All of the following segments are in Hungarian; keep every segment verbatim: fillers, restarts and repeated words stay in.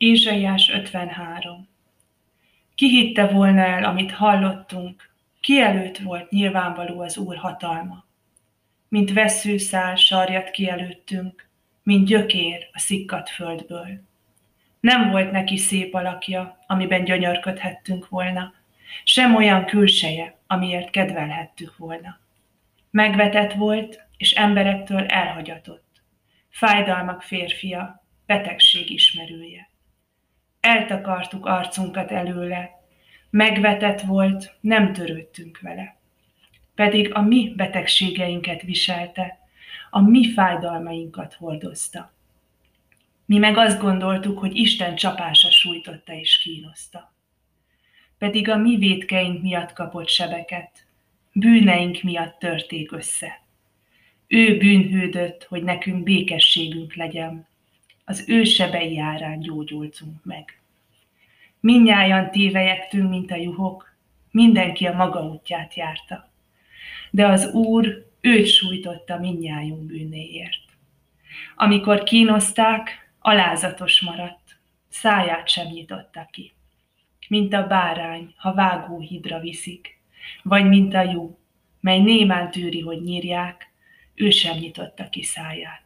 Ézsaiás ötvenhárom. Ki hitte volna el, amit hallottunk, ki előtt volt nyilvánvaló az Úr hatalma? Mint vesszőszál sarjad ki előttünk, mint gyökér a szikkadt földből. Nem volt neki szép alakja, amiben gyönyörködhettünk volna, sem olyan külseje, amiért kedvelhettük volna. Megvetett volt, és emberektől elhagyatott. Fájdalmak férfia, betegség ismerője. Eltakartuk arcunkat előle, megvetett volt, nem törődtünk vele. Pedig a mi betegségeinket viselte, a mi fájdalmainkat hordozta. Mi meg azt gondoltuk, hogy Isten csapása sújtotta és kínoszta. Pedig a mi vétkeink miatt kapott sebeket, bűneink miatt törték össze. Ő bűnhődött, hogy nekünk békességünk legyen, az ő sebei árán gyógyultunk meg. Mindnyájan tévejektünk, mint a juhok, mindenki a maga útját járta. De az Úr őt sújtotta mindnyájunk bűnéért. Amikor kínozták, alázatos maradt, száját sem nyitotta ki. Mint a bárány, ha vágóhídra viszik, vagy mint a juh, mely némán tűri, hogy nyírják, ő sem nyitotta ki száját.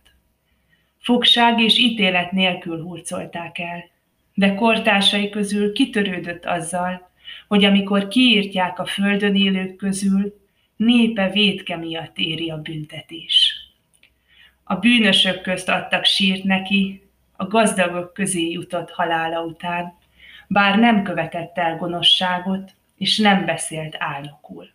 Fogság és ítélet nélkül hurcolták el, de kortársai közül kitörődött azzal, hogy amikor kiírtják a földön élők közül, népe vétke miatt éri a büntetés. A bűnösök közt adtak sírt neki, a gazdagok közé jutott halála után, bár nem követett el gonoszságot, és nem beszélt álnokul.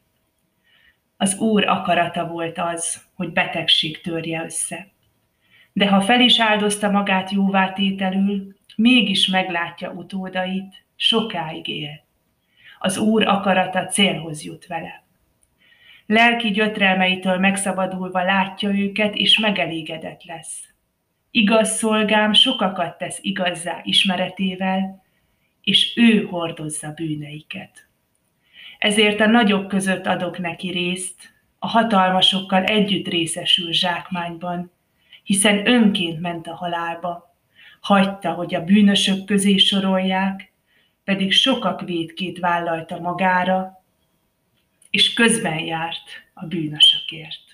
Az Úr akarata volt az, hogy betegség törje össze. De ha fel is áldozta magát jóvátételül, mégis meglátja utódait, sokáig él. Az Úr akarata célhoz jut vele. Lelki gyötrelmeitől megszabadulva látja őket, és megelégedett lesz. Igaz szolgám sokakat tesz igazzá ismeretével, és ő hordozza bűneiket. Ezért a nagyok között adok neki részt, a hatalmasokkal együtt részesül zsákmányban, hiszen önként ment a halálba, hagyta, hogy a bűnösök közé sorolják, pedig sokak vétkét vállalta magára, és közben járt a bűnösökért.